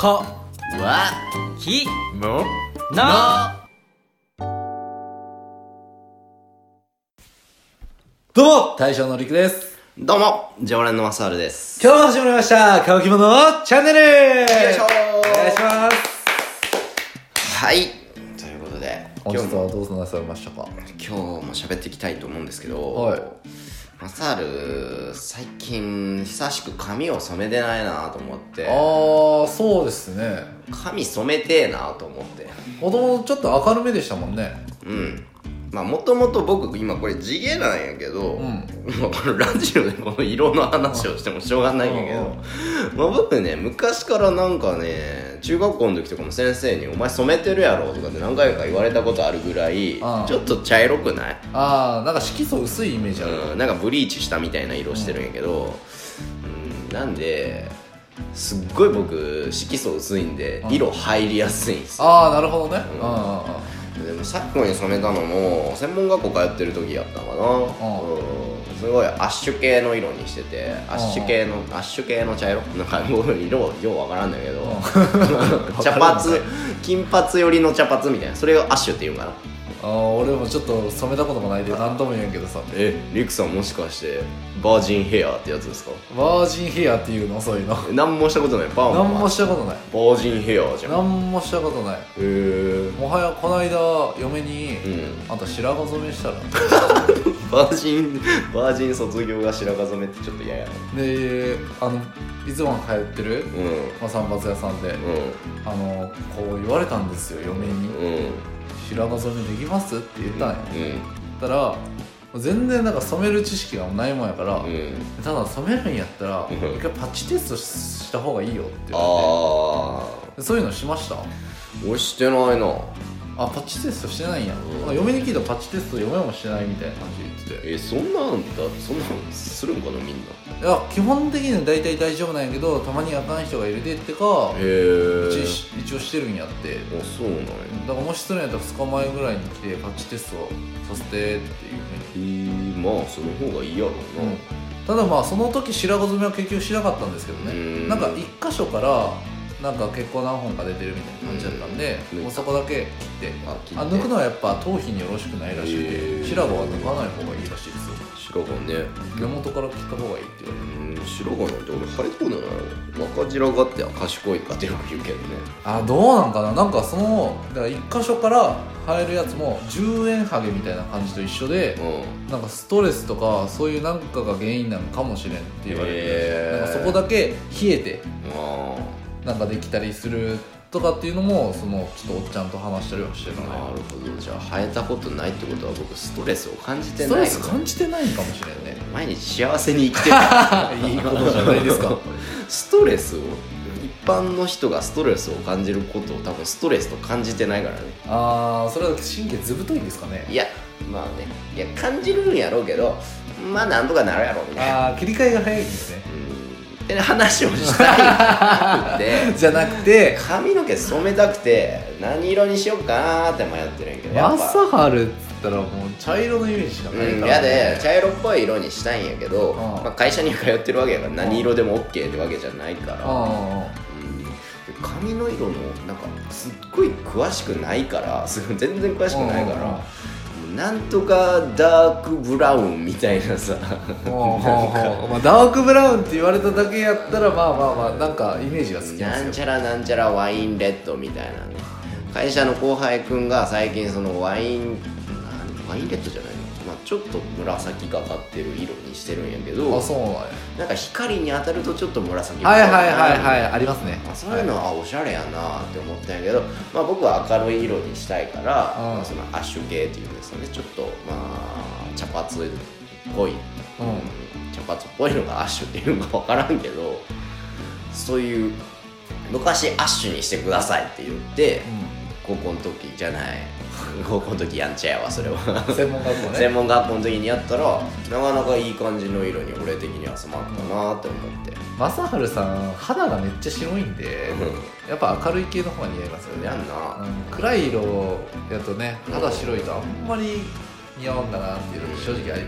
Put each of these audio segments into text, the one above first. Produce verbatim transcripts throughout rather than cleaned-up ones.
かわきもなどうも大将のりくです。 どうも常連のマサールです。 今日も始まりました乾き物チャンネル。よいよいしょーお願いします。 はい、ということで本日今日もはどうぞなさいましたか？ 今日も喋っていきたいと思うんですけど、 はいマサール最近久しく髪を染めてないなと思ってあーそうですね。 髪染めてえなと思って。 もともとちょっと明るめでしたもんね。 うんまあもともと僕今これ地毛なんやけど、 うんまあこのラジオでこの色の話をしてもしょうがないんやけど、 うんうんまあ僕ね昔からなんかね中学校の時とかも先生に「お前染めてるやろ」とかって何回か言われたことあるぐらい、 ああちょっと茶色くない？ あーなんか色素薄いイメージある。 うん、なんかブリーチしたみたいな色してるんやけど、うん、なんですっごい僕色素薄いんでうん色入りやすいんですよ。 ああなるほどね。 うんうんうんうんでも昨今に染めたのも専門学校通ってる時やったかな、うん、すごいアッシュ系の色にしててアッシュ系のアッシュ系の茶色なんかもう色ようわからんだけど茶髪金髪寄りの茶髪みたいな、それをアッシュって言うんかな。 あー俺もちょっと染めたこともないで何とも言えんけどさ、 えリクさんもしかしてバージンヘアってやつですか？ バージンヘアっていうのそういうのえ何もしたことない。パーマ何もしたことない。 バージンヘアじゃん。へ何もしたことない。 えもはやこの間嫁に、 うんあんた白髪染めしたらバージンバージン卒業が白髪染めってちょっと嫌やな。 であのいつも通ってる、 うんまあ、散髪屋さんで、 うあのこう言われたんですよ嫁に、 んうん白髪染めできますって言ったんや、 うん言ったら全然なんか染める知識がないもんやから、 うんただ染めるんやったらうん一回パッチテストした方がいいよって言わあれて、そういうのしました？ あ俺してないな。 あパッチテストしてないんや、 うんなんか嫁に聞いたらパッチテスト嫁もしてないみたいな感じで言ってて、 えそんなんだそんなんするんかなみんな。 いや基本的には大体大丈夫なんやけどたまにあかん人がいるでってかへえ一応一応してるんやって。 あそうなんや。 だからもしするんやったらふつかまえぐらいに来てパッチテストさせてっていうふうに、 へえまあその方がいいやろうな。 うん、ただまあその時白髪染めは結局しなかったんですけどね、 うんなんか一箇所からなんか結構何本か出てるみたいな感じだったんで、 うんもうそこだけ切ってあ切ってあ抜くのはやっぱ頭皮によろしくないらしくて、 へー白髪は抜かない方がいいらしいですよ。 白髪ね。 根元から切った方がいいって言われて、 うん白髪なんて俺生えたことないよ。若白髪って賢いかってよく言うけどね。 あどうなんかな、なんかそのだから一箇所から生えるやつもじゅうえんハゲみたいな感じと一緒で、 うんなんかストレスとかそういうなんかが原因なのかもしれんって言われて、 へーなんかそこだけ冷えてあなんかできたりするとかっていうのもそのちょっとおっちゃんと話したりはしてたね。 あなるほど。じゃあ生えたことないってことは僕ストレスを感じてストないのレス感じてないかもしれんね。 毎日幸せに生きてるいいことじゃないですか。 ストレスを一般の人がストレスを感じることを多分ストレスと感じてないからね。 ああそれは神経ずぶといんですかね。 いやまあねいや感じるんやろうけどまあなんとかなるやろみたいなああ切り替えが早いんですね。 うんって話をしたいってじゃなくて髪の毛染めたくて何色にしようかなーって迷ってるんやけどやマっぱサハルっつったらもう茶色のイメージしかないうん、 から、 やで茶色っぽい色にしたいんやけど、 んまあ、会社に通ってるわけやから何色でも OK ってわけじゃないから、 あうん、で髪の色のなんかすっごい詳しくないからすごい全然詳しくないから、もうなんとかダークブラウンみたいなさあまあダークブラウンって言われただけやったらまあまあまあなんかイメージが好きなんですよ。 なんちゃらなんちゃらワインレッドみたいなね。会社の後輩くんが最近そのワインなんワインレッドじゃないの、まあ、ちょっと紫がかってる色にしてるんやけど、 あそうなんや。 なんか光に当たるとちょっと紫はいはいはいはいい、 ありますね。 まあ、そういうのは、あおしゃれやなって思ったんやけど、まあ、僕は明るい色にしたいから、 うんまあ、そのアッシュ系っていうんですかね、ちょっとまあ茶髪っぽい、 うん茶髪っぽいのがアッシュっていうのか分からんけど、そういう昔アッシュにしてくださいって言って高校の時じゃない高校の時やんちゃやわそれは専門学校ね。 専門学校の時にやったらなかなかいい感じの色に俺的には染まったなって思って、 マサハルさん肌がめっちゃ白いんでやっぱ明るい系の方が似合いますよね。 やんな、 うん暗い色やとね肌白いとあんまり似合うんだなっていうのが正直あります。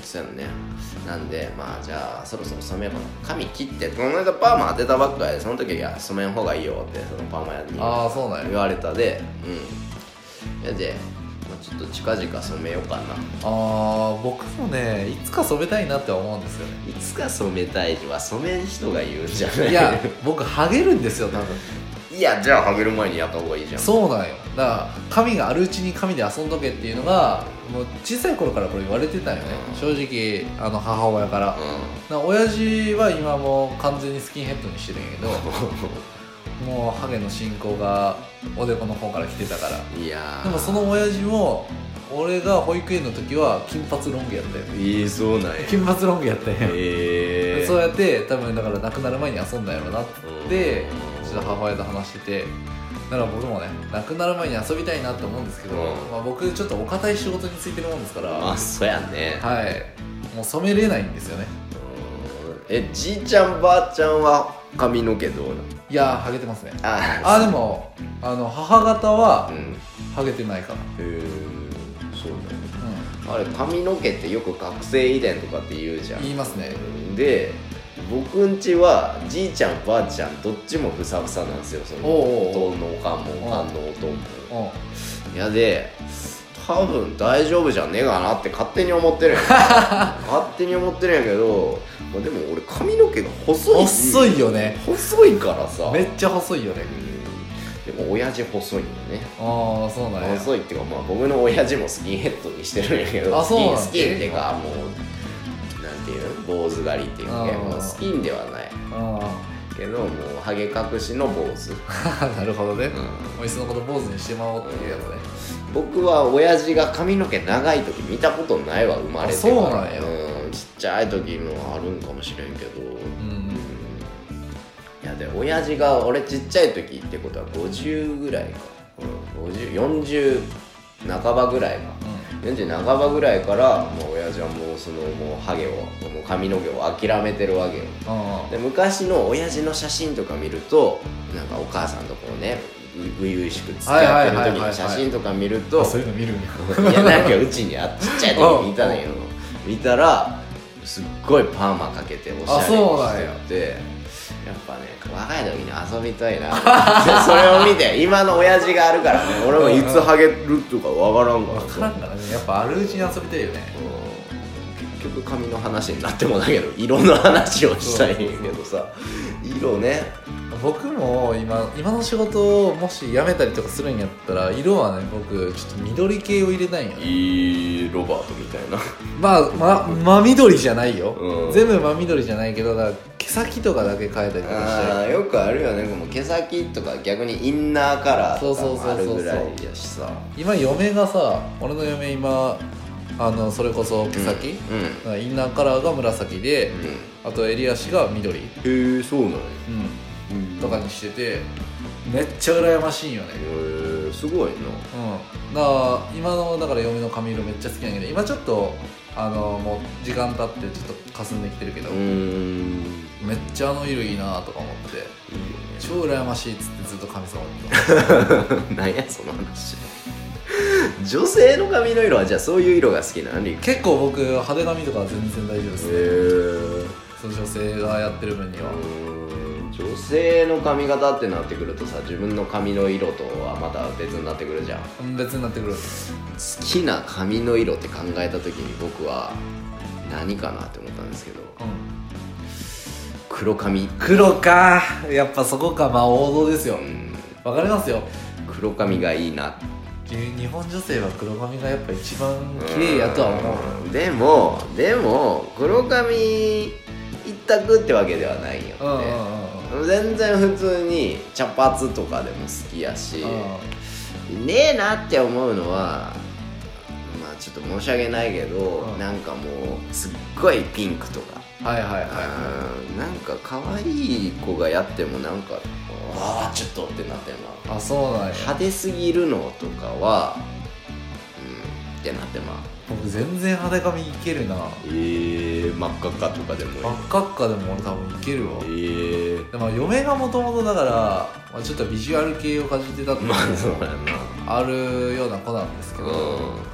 そうやね。なんでまあじゃあそろそろ染めようかな。髪切ってこの間パーマ当てたばっかで、その時いや染めん方がいいよってそのパーマ屋にああそうなんや言われたで、うんやで、まあ、ちょっと近々染めようかな。 あー僕もねいつか染めたいなって思うんですよね。 いつか染めたいは染めん人が言うんじゃない？ いや僕ハゲるんですよ多分。 いやじゃあハゲる前にやった方がいいじゃん。 そうなんよ。だから髪があるうちに髪で遊んどけっていうのがもう小さい頃からこれ言われてたよね、 うん正直あの母親から。だかうら親父は今もう完全にスキンヘッドにしてるんやけどもうハゲの進行がおでこの方から来てたから。 んいやーでもその親父も俺が保育園の時は金髪ロングやったよ。 ええそうなんや。 金髪ロングやったんや、 ええそうやって多分だから亡くなる前に遊んだんやろなってちょっと母親と話してて、だから僕もね亡くなる前に遊びたいなって思うんですけど、 うんまあ、僕ちょっとお堅い仕事についてるもんですから、 まあそうやね。 はいもう染めれないんですよね。 うんえじいちゃんばあちゃんは髪の毛どうなん？ いやーハゲてますね。 ああでもあの母方はうんハゲてないかな。 へえそうだね。 うあれ髪の毛ってよく覚醒遺伝とかって言うじゃん。 言いますね。 で僕んちはじいちゃんばあちゃんどっちもふさふさなんですよ。そのおうおうおうおとんのおかんもおかんのおとんも。 んうんやで多分大丈夫じゃねえかなって勝手に思ってるんや勝手に思ってるんやけど、まあ、でも俺髪の毛が細い細いよね。 細いからさめっちゃ細いよね。 うんでも親父細いんよね。 ああそうなんや。 細いっていうかまあ僕の親父もスキンヘッドにしてるんやけど、 あそうなんスキンスキンっていうかもうなんていうの坊主狩りっていうか、 あーもうスキンではないあけどもうハゲ隠しの坊主、 あなるほどね、 うんおいっそのこと坊主にしてまおうっていうやつね。 僕は親父が髪の毛長い時見たことないわ生まれてから。 あそうなんやうん、ちっちゃい時のあるんかもしれんけど、 うんいやで親父が俺ちっちゃい時ってことはごじゅうぐらいか、うん、ごじゅう、よんじゅう半ばぐらいか、よんじゅう半ばぐらいからもう親父はもうそのもうハゲをもう髪の毛を諦めてるわけよ。 うんで昔の親父の写真とか見るとなんかお母さんとこうね初々しく付き合ってる時の写真とか見るとあそういうの見るんや。 いやなんかうちにあちっちゃい時見たのよ。見たらすっごいパーマかけておしゃれにあそうなんやしてて、やっぱね若い時に遊びたいなってそれを見て今の親父があるからね俺もいつハゲるとかわからんから分からんからねやっぱあるうちに遊びたいよね。 うん結局髪の話になってもだけど色の話をしたいんやけどさ、色ね僕も今今の仕事をもし辞めたりとかするんやったら色はね僕ちょっと緑系を入れたいんよね。 いいロバートみたいなまあ、ま、真緑じゃないよ、 うん全部真緑じゃないけどだから毛先とかだけ変えたりとかしてあーよくあるよね。もう毛先とか逆にインナーカラーとかそうそうそうそうもあるぐらいやしさ。 今嫁がさ俺の嫁今あのそれこそ毛先、 うんだからインナーカラーが紫で、 うんあと襟足が緑、 へえそうなんや。 うん、とかにしててめっちゃ羨ましいんよね。 へえすごいな。 うん、だから今のだから嫁の髪色めっちゃ好きなんやけど今ちょっとあのもう時間経ってちょっと霞んできてるけど、 うーんめっちゃあの色いいなとか思って超羨ましいっつってずっと髪触ってたなんやその話女性の髪の色はじゃあそういう色が好きなの？リク結構僕派手髪とかは全然大丈夫ですね。 へその女性がやってる分にはえ女性の髪型ってなってくるとさ自分の髪の色とはまた別になってくるじゃん。好うん別になってくる。 きな髪の色って考えた時に僕は何かなって思ったんですけどうん黒髪。 黒かやっぱそこかまあ王道ですよ。 うんわかりますよ。 黒髪がいいな。 日本女性は黒髪がやっぱ一番綺麗やとは思う。 うんでもでも黒髪一択ってわけではないようんうんね。 うん全然普通に茶髪とかでも好きやし、 うんねえなって思うのはまあちょっと申し訳ないけど、 うんなんかもうすっごいピンクとか、 はいはいはいはうんなんか可愛い子がやってもなんかああちょっとってなってんな。 い。あそうなんや。 派手すぎるのとかはうんってなってまあ僕全然派手髪いけるな。 えー、真っ赤っかとかでもいい。 真っ赤っかでも俺多分いけるわ。 えー、 でも嫁がもともとだから、まあ、ちょっとビジュアル系をかじってたっていうのまあそうやな。 もあるような子なんですけど、 う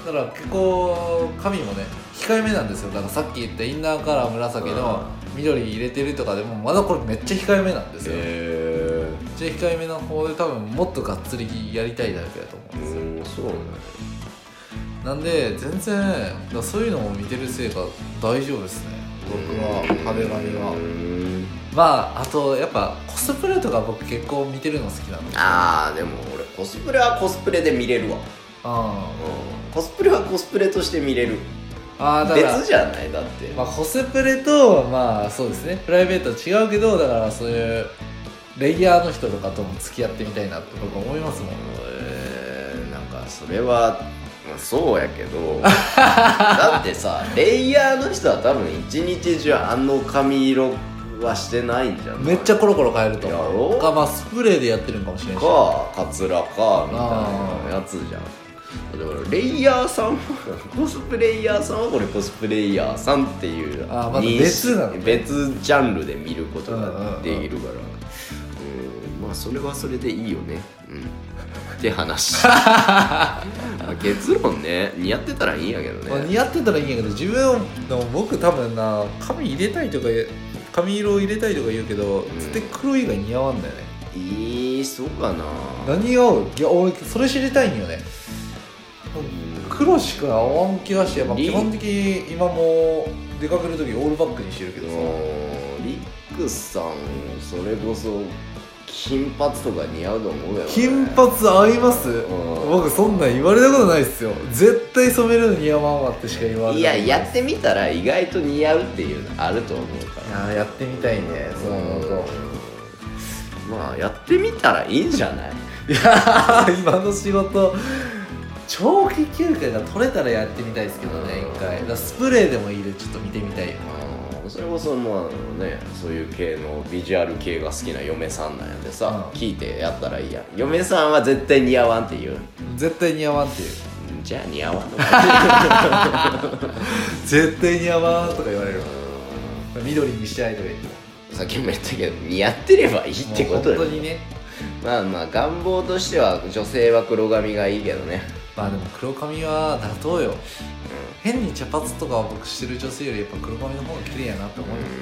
だから結構髪もね控えめなんですよ。だからさっき言ったインナーカラー紫の緑入れてるとかでもまだこれめっちゃ控えめなんですよ。 へめっちゃ控えめな方で多分もっとがっつりやりたいタイプだと思うんですよ。 うんそうね。 なんで全然だからそういうのを見てるせいか大丈夫ですね僕は派手髪は。 うんまああとやっぱコスプレとか僕結構見てるの好きなんですよ。 あーでも俺コスプレはコスプレで見れるわ。 あうんコスプレはコスプレとして見れる。 あだから別じゃないだって。 まあコスプレとまあそうですねプライベートは違うけどだからそういうレイヤーの人とかとも付き合ってみたいなって僕は思いますもん。 えー、なんかそれはまあそうやけどだってさレイヤーの人は多分一日中あの髪色はしてないんじゃん。 めっちゃコロコロ変えるとや思うろかまあスプレーでやってるんかもしれないしかカツラかみたいなやつじゃん。だからレイヤーさんコスプレイヤーさんはこれコスプレイヤーさんっていうあまた別なのね別ジャンルで見ることができるから、うんまあそれはそれでいいよね、うん、って話結論ね似合ってたらいいんやけどまあ、 ね。 似合ってたらいいんやけど自分でも僕多分な髪入れたいとか髪色を入れたいとか言うけど、 ん絶対黒以外似合わんだよね。 いいそうかな。 何が合ういや俺それ知りたいんよね。黒しか合わん気がして、まあ、基本的に今も出かけるときオールバックにしてるけどさ。 リックさんそれこそ金髪とか似合うと思うよね。 金髪合います、 うん僕そんなん言われたことないっすよ。絶対染めるの似合わんわってしか言われいないややってみたら意外と似合うっていうのあると思うからいややってみたいねそう思うと。 まあやってみたらいいんじゃない。 いや今の仕事長期休暇が取れたらやってみたいですけどね一回だからスプレーでもいいでちょっと見てみたいよ。 あーそれこそまあねそういう系のビジュアル系が好きな嫁さんなんやでさ、 うん聞いてやったらいいやん。嫁さんは絶対似合わんって言う。 絶対似合わんっていうじゃあ似合わんのか絶対似合わんとか言われる緑にしたいとか言ってさっきも言ったけど似合ってればいいってことだよもう本当にね。 まあまあ願望としては女性は黒髪がいいけどね。 まあでも黒髪は妥当よ。変に茶髪とかは僕してる女性よりやっぱ黒髪の方が綺麗やなって思うよ。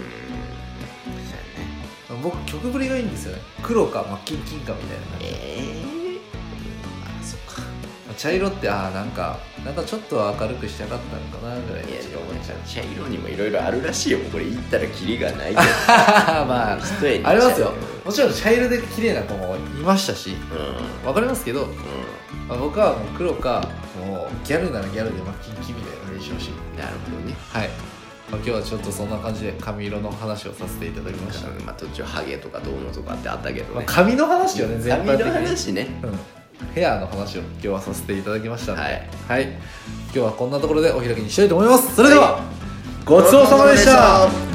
僕曲ぶりがいいんですよね。黒か真っ金金かみたいな感じ。 ええあそっか。 茶色ってああなんかなんかちょっと明るくしたかったのかなぐらいのいやでも思っちゃう。 茶色にもいろいろあるらしいよ。これ言ったらキリがないけどまあ一重にありますよ。もちろん茶色で綺麗な子もいましたしうんわかりますけど、 うんまあ、僕はもう黒かもうギャルならギャルで真っ金金みたいな感じにしてほしい。 なるほどね。 はい、まあ、今日はちょっとそんな感じで髪色の話をさせていただきました、 まあ途中ハゲとかどうのとかってあったけどね。 まあ、髪の話をね全般的に髪の話ね。 うん、ヘアの話を今日はさせていただきましたので、 はいはい、今日はこんなところでお開きにしたいと思います。それでは、 はいごちそうさまでした。